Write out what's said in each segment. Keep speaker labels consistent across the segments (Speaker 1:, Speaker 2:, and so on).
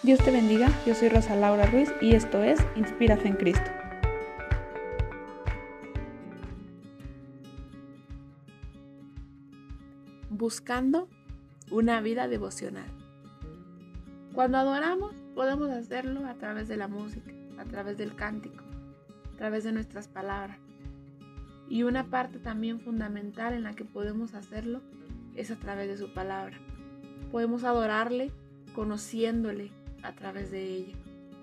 Speaker 1: Dios te bendiga, yo soy Rosa Laura Ruiz y esto es Inspírate en Cristo. Buscando una vida devocional. Cuando adoramos, podemos hacerlo a través de la música, a través del cántico, a través de nuestras palabras. Y una parte también fundamental en la que podemos hacerlo es a través de su palabra. Podemos adorarle conociéndole a través de ella.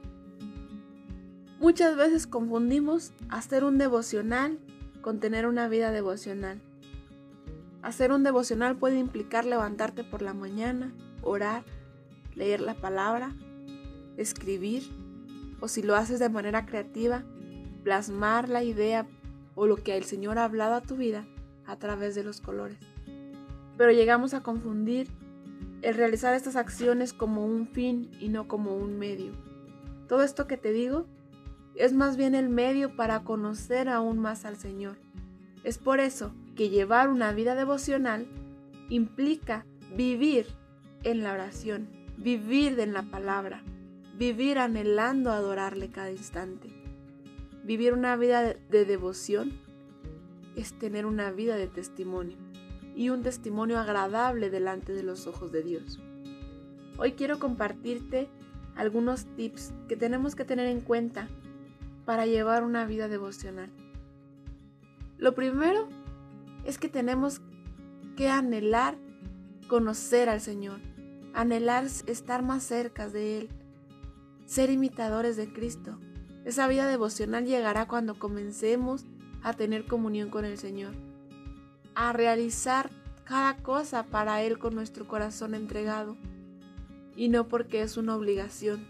Speaker 1: Muchas veces confundimos hacer un devocional con tener una vida devocional. Hacer un devocional puede implicar levantarte por la mañana, orar, leer la palabra, escribir, o si lo haces de manera creativa, plasmar la idea o lo que el Señor ha hablado a tu vida a través de los colores. Pero llegamos a confundir el realizar estas acciones como un fin y no como un medio. Todo esto que te digo es más bien el medio para conocer aún más al Señor. Es por eso que llevar una vida devocional implica vivir en la oración, vivir en la palabra, vivir anhelando adorarle cada instante. Vivir una vida de devoción es tener una vida de testimonio y un testimonio agradable delante de los ojos de Dios. Hoy quiero compartirte algunos tips que tenemos que tener en cuenta para llevar una vida devocional. Lo primero es que tenemos que anhelar conocer al Señor, anhelar estar más cerca de Él, ser imitadores de Cristo. Esa vida devocional llegará cuando comencemos a tener comunión con el Señor, a realizar cada cosa para Él con nuestro corazón entregado y no porque es una obligación.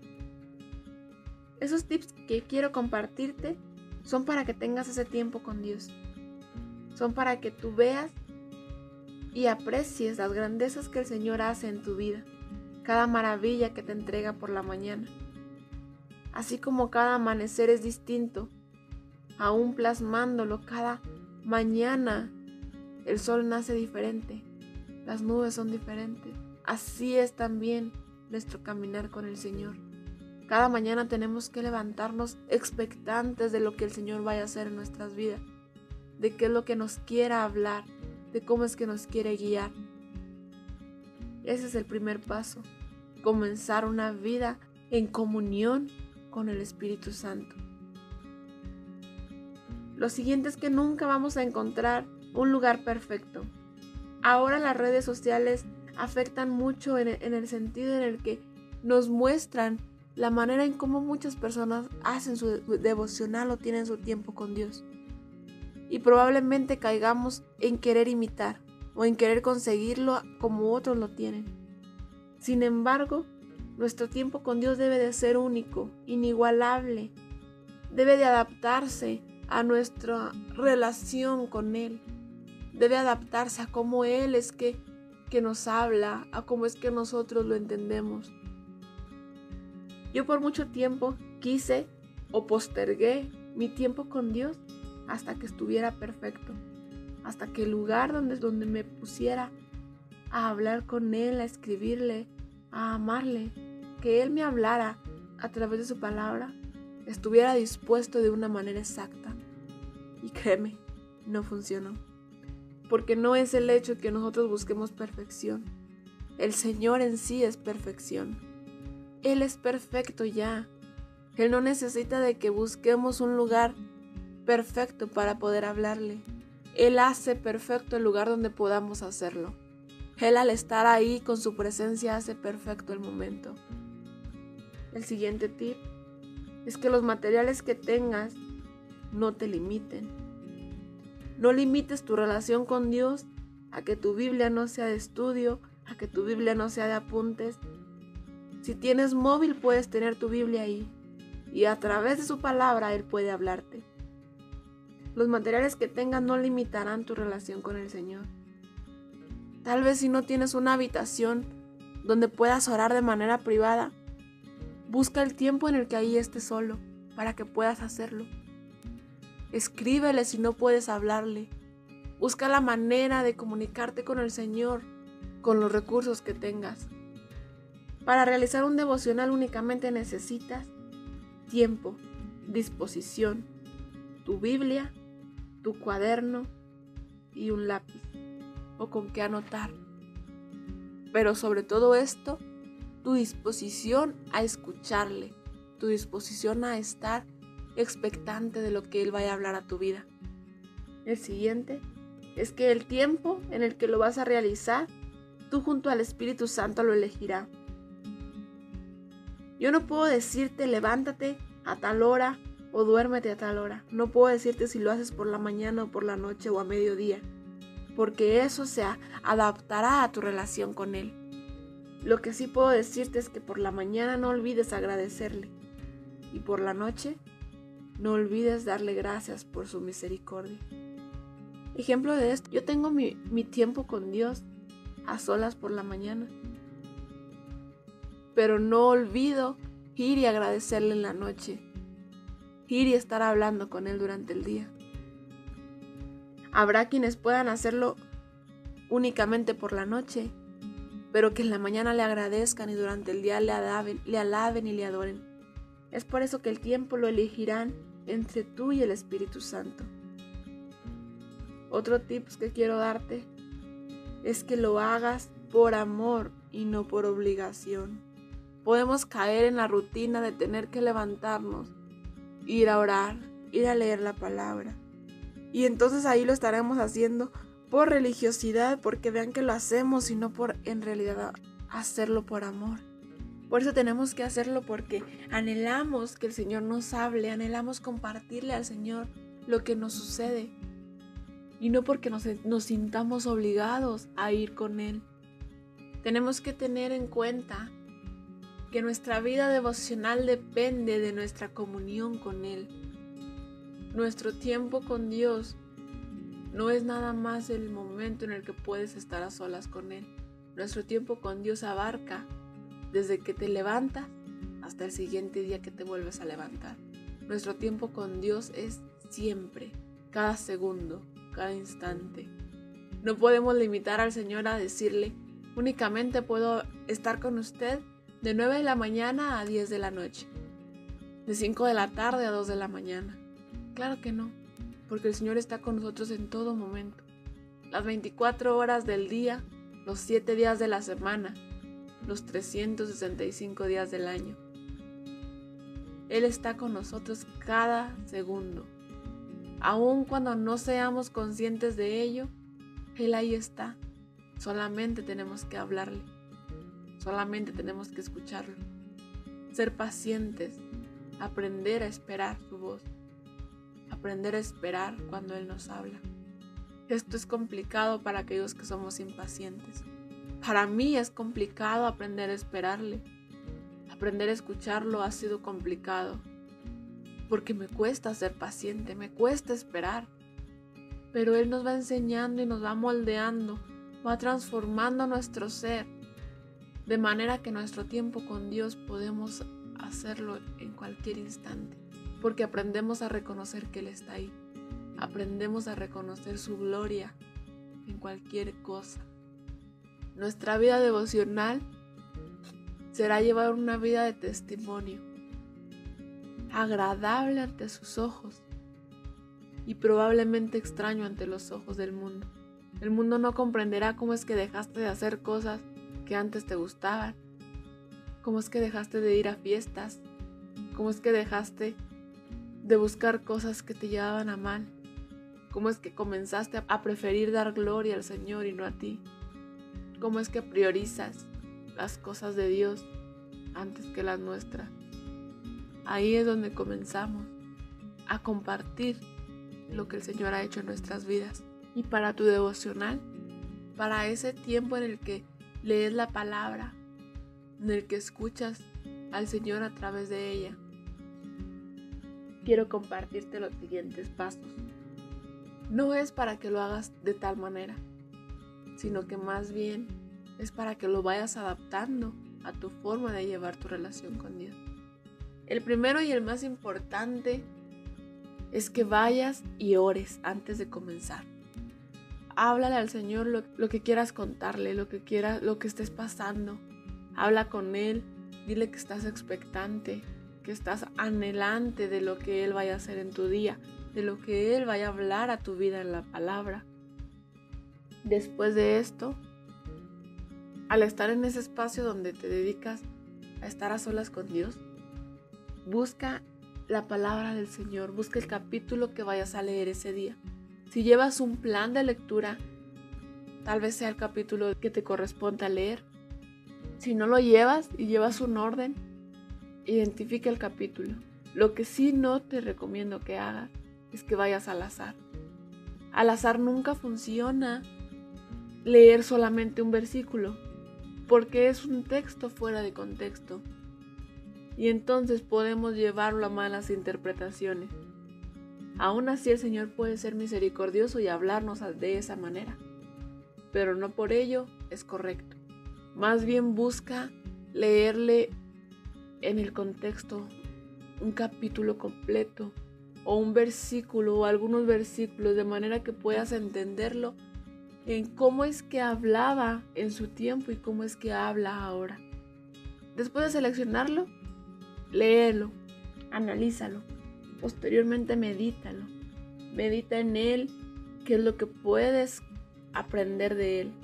Speaker 1: Esos tips que quiero compartirte son para que tengas ese tiempo con Dios. Son para que tú veas y aprecies las grandezas que el Señor hace en tu vida, cada maravilla que te entrega por la mañana. Así como cada amanecer es distinto, aún plasmándolo cada mañana, el sol nace diferente, las nubes son diferentes. Así es también nuestro caminar con el Señor. Cada mañana tenemos que levantarnos expectantes de lo que el Señor vaya a hacer en nuestras vidas, de qué es lo que nos quiera hablar, de cómo es que nos quiere guiar. Ese es el primer paso, comenzar una vida en comunión con el Espíritu Santo. Lo siguiente es que nunca vamos a encontrar un lugar perfecto. Ahora las redes sociales afectan mucho en el sentido en el que nos muestran la manera en cómo muchas personas hacen su devocional o tienen su tiempo con Dios. Y probablemente caigamos en querer imitar o en querer conseguirlo como otros lo tienen. Sin embargo, nuestro tiempo con Dios debe de ser único, inigualable. Debe de adaptarse a nuestra relación con Él. Debe adaptarse a cómo Él es que nos habla, a cómo es que nosotros lo entendemos. Yo por mucho tiempo quise o postergué mi tiempo con Dios hasta que estuviera perfecto, hasta que el lugar donde me pusiera a hablar con Él, a escribirle, a amarle, que Él me hablara a través de su palabra, estuviera dispuesto de una manera exacta. Y créeme, no funcionó. Porque no es el hecho que nosotros busquemos perfección. El Señor en sí es perfección. Él es perfecto ya. Él no necesita de que busquemos un lugar perfecto para poder hablarle. Él hace perfecto el lugar donde podamos hacerlo. Él al estar ahí con su presencia hace perfecto el momento. El siguiente tip es que los materiales que tengas no te limiten. No limites tu relación con Dios a que tu Biblia no sea de estudio, a que tu Biblia no sea de apuntes. Si tienes móvil, puedes tener tu Biblia ahí y a través de su palabra Él puede hablarte. Los materiales que tengas no limitarán tu relación con el Señor. Tal vez si no tienes una habitación donde puedas orar de manera privada, busca el tiempo en el que ahí estés solo para que puedas hacerlo. Escríbele si no puedes hablarle. Busca la manera de comunicarte con el Señor con los recursos que tengas. Para realizar un devocional únicamente necesitas tiempo, disposición, tu Biblia, tu cuaderno y un lápiz o con qué anotar. Pero sobre todo esto, tu disposición a escucharle, tu disposición a estar expectante de lo que Él vaya a hablar a tu vida. El siguiente es que el tiempo en el que lo vas a realizar, tú junto al Espíritu Santo lo elegirás. Yo no puedo decirte levántate a tal hora o duérmete a tal hora. No puedo decirte si lo haces por la mañana o por la noche o a mediodía, porque eso se adaptará a tu relación con Él. Lo que sí puedo decirte es que por la mañana no olvides agradecerle y por la noche no olvides darle gracias por su misericordia. Ejemplo de esto, yo tengo mi tiempo con Dios a solas por la mañana, pero no olvido ir y agradecerle en la noche, ir y estar hablando con Él durante el día. Habrá quienes puedan hacerlo únicamente por la noche, pero que en la mañana le agradezcan y durante el día le alaben y le adoren. Es por eso que el tiempo lo elegirán entre tú y el Espíritu Santo. Otro tip que quiero darte es que lo hagas por amor y no por obligación. Podemos caer en la rutina de tener que levantarnos, ir a orar, ir a leer la palabra. Y entonces ahí lo estaremos haciendo por religiosidad, porque vean que lo hacemos y no por en realidad hacerlo por amor. Por eso tenemos que hacerlo porque anhelamos que el Señor nos hable, anhelamos compartirle al Señor lo que nos sucede y no porque nos sintamos obligados a ir con Él. Tenemos que tener en cuenta que nuestra vida devocional depende de nuestra comunión con Él. Nuestro tiempo con Dios no es nada más el momento en el que puedes estar a solas con Él. Nuestro tiempo con Dios abarca desde que te levantas hasta el siguiente día que te vuelves a levantar. Nuestro tiempo con Dios es siempre, cada segundo, cada instante. No podemos limitar al Señor a decirle, únicamente puedo estar con usted de 9 de la mañana a 10 de la noche, de 5 de la tarde a 2 de la mañana. Claro que no, porque el Señor está con nosotros en todo momento. Las 24 horas del día, los 7 días de la semana, los 365 días del año. Él está con nosotros cada segundo. Aun cuando no seamos conscientes de ello, Él ahí está. Solamente tenemos que hablarle. Solamente tenemos que escucharlo. Ser pacientes. Aprender a esperar su voz. Aprender a esperar cuando Él nos habla. Esto es complicado para aquellos que somos impacientes. Para mí es complicado aprender a esperarle. Aprender a escucharlo ha sido complicado. Porque me cuesta ser paciente, me cuesta esperar. Pero Él nos va enseñando y nos va moldeando, va transformando nuestro ser. De manera que nuestro tiempo con Dios podemos hacerlo en cualquier instante. Porque aprendemos a reconocer que Él está ahí. Aprendemos a reconocer su gloria en cualquier cosa. Nuestra vida devocional será llevar una vida de testimonio, agradable ante sus ojos y probablemente extraño ante los ojos del mundo. El mundo no comprenderá cómo es que dejaste de hacer cosas que antes te gustaban, cómo es que dejaste de ir a fiestas, cómo es que dejaste de buscar cosas que te llevaban a mal, cómo es que comenzaste a preferir dar gloria al Señor y no a ti, cómo es que priorizas las cosas de Dios antes que las nuestras. Ahí es donde comenzamos a compartir lo que el Señor ha hecho en nuestras vidas. Y para tu devocional, para ese tiempo en el que lees la palabra, en el que escuchas al Señor a través de ella, quiero compartirte los siguientes pasos. No es para que lo hagas de tal manera, sino que más bien es para que lo vayas adaptando a tu forma de llevar tu relación con Dios. El primero y el más importante es que vayas y ores antes de comenzar. Háblale al Señor lo que quieras contarle, lo que estés pasando. Habla con Él, dile que estás expectante, que estás anhelante de lo que Él vaya a hacer en tu día, de lo que Él vaya a hablar a tu vida en la palabra. Después de esto, al estar en ese espacio donde te dedicas a estar a solas con Dios, busca la palabra del Señor, busca el capítulo que vayas a leer ese día. Si llevas un plan de lectura, tal vez sea el capítulo que te corresponda leer. Si no lo llevas y llevas un orden, identifica el capítulo. Lo que sí no te recomiendo que hagas es que vayas al azar. Al azar nunca funciona leer solamente un versículo, porque es un texto fuera de contexto. Y entonces podemos llevarlo a malas interpretaciones. Aún así el Señor puede ser misericordioso y hablarnos de esa manera, pero no por ello es correcto. Más bien busca leerle en el contexto un capítulo completo o un versículo o algunos versículos, de manera que puedas entenderlo en cómo es que hablaba en su tiempo y cómo es que habla ahora. Después de seleccionarlo, léelo, analízalo, posteriormente medítalo. Medita en él, qué es lo que puedes aprender de él.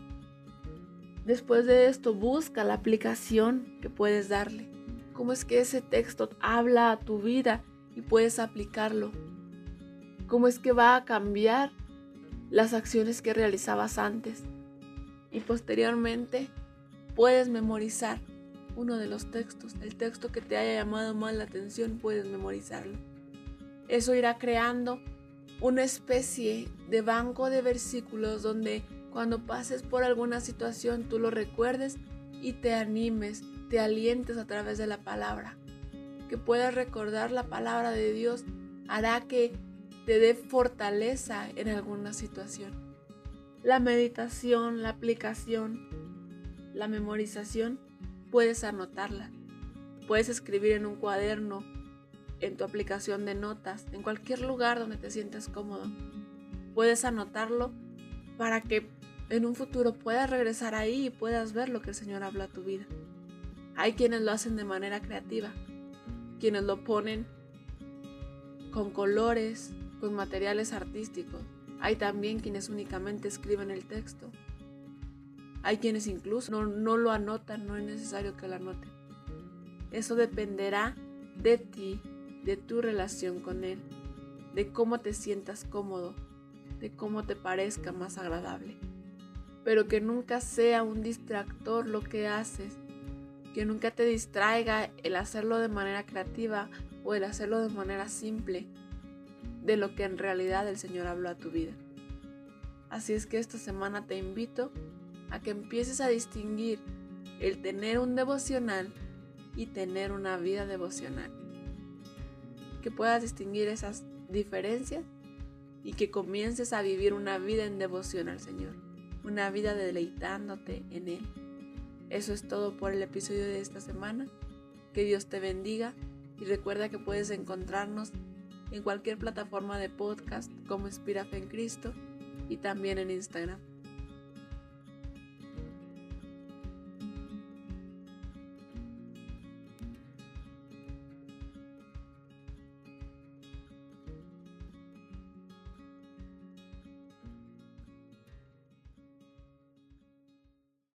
Speaker 1: Después de esto, busca la aplicación que puedes darle. Cómo es que ese texto habla a tu vida y puedes aplicarlo. Cómo es que va a cambiar las acciones que realizabas antes. Y posteriormente puedes memorizar uno de los textos. El texto que te haya llamado más la atención, puedes memorizarlo. Eso irá creando una especie de banco de versículos donde cuando pases por alguna situación tú lo recuerdes y te animes, te alientes a través de la palabra. Que puedas recordar la palabra de Dios hará que te dé fortaleza en alguna situación. La meditación, la aplicación, la memorización, puedes anotarla. Puedes escribir en un cuaderno, en tu aplicación de notas, en cualquier lugar donde te sientas cómodo. Puedes anotarlo para que en un futuro puedas regresar ahí y puedas ver lo que el Señor habla a tu vida. Hay quienes lo hacen de manera creativa, quienes lo ponen con colores, con materiales artísticos. Hay también quienes únicamente escriben el texto. Hay quienes incluso no lo anotan, no es necesario que lo anoten. Eso dependerá de ti, de tu relación con Él, de cómo te sientas cómodo, de cómo te parezca más agradable. Pero que nunca sea un distractor lo que haces, que nunca te distraiga el hacerlo de manera creativa o el hacerlo de manera simple de lo que en realidad el Señor habló a tu vida. Así es que esta semana te invito a que empieces a distinguir el tener un devocional y tener una vida devocional. Que puedas distinguir esas diferencias y que comiences a vivir una vida en devoción al Señor, una vida deleitándote en Él. Eso es todo por el episodio de esta semana. Que Dios te bendiga y recuerda que puedes encontrarnos en cualquier plataforma de podcast como Inspira Fe en Cristo y también en Instagram.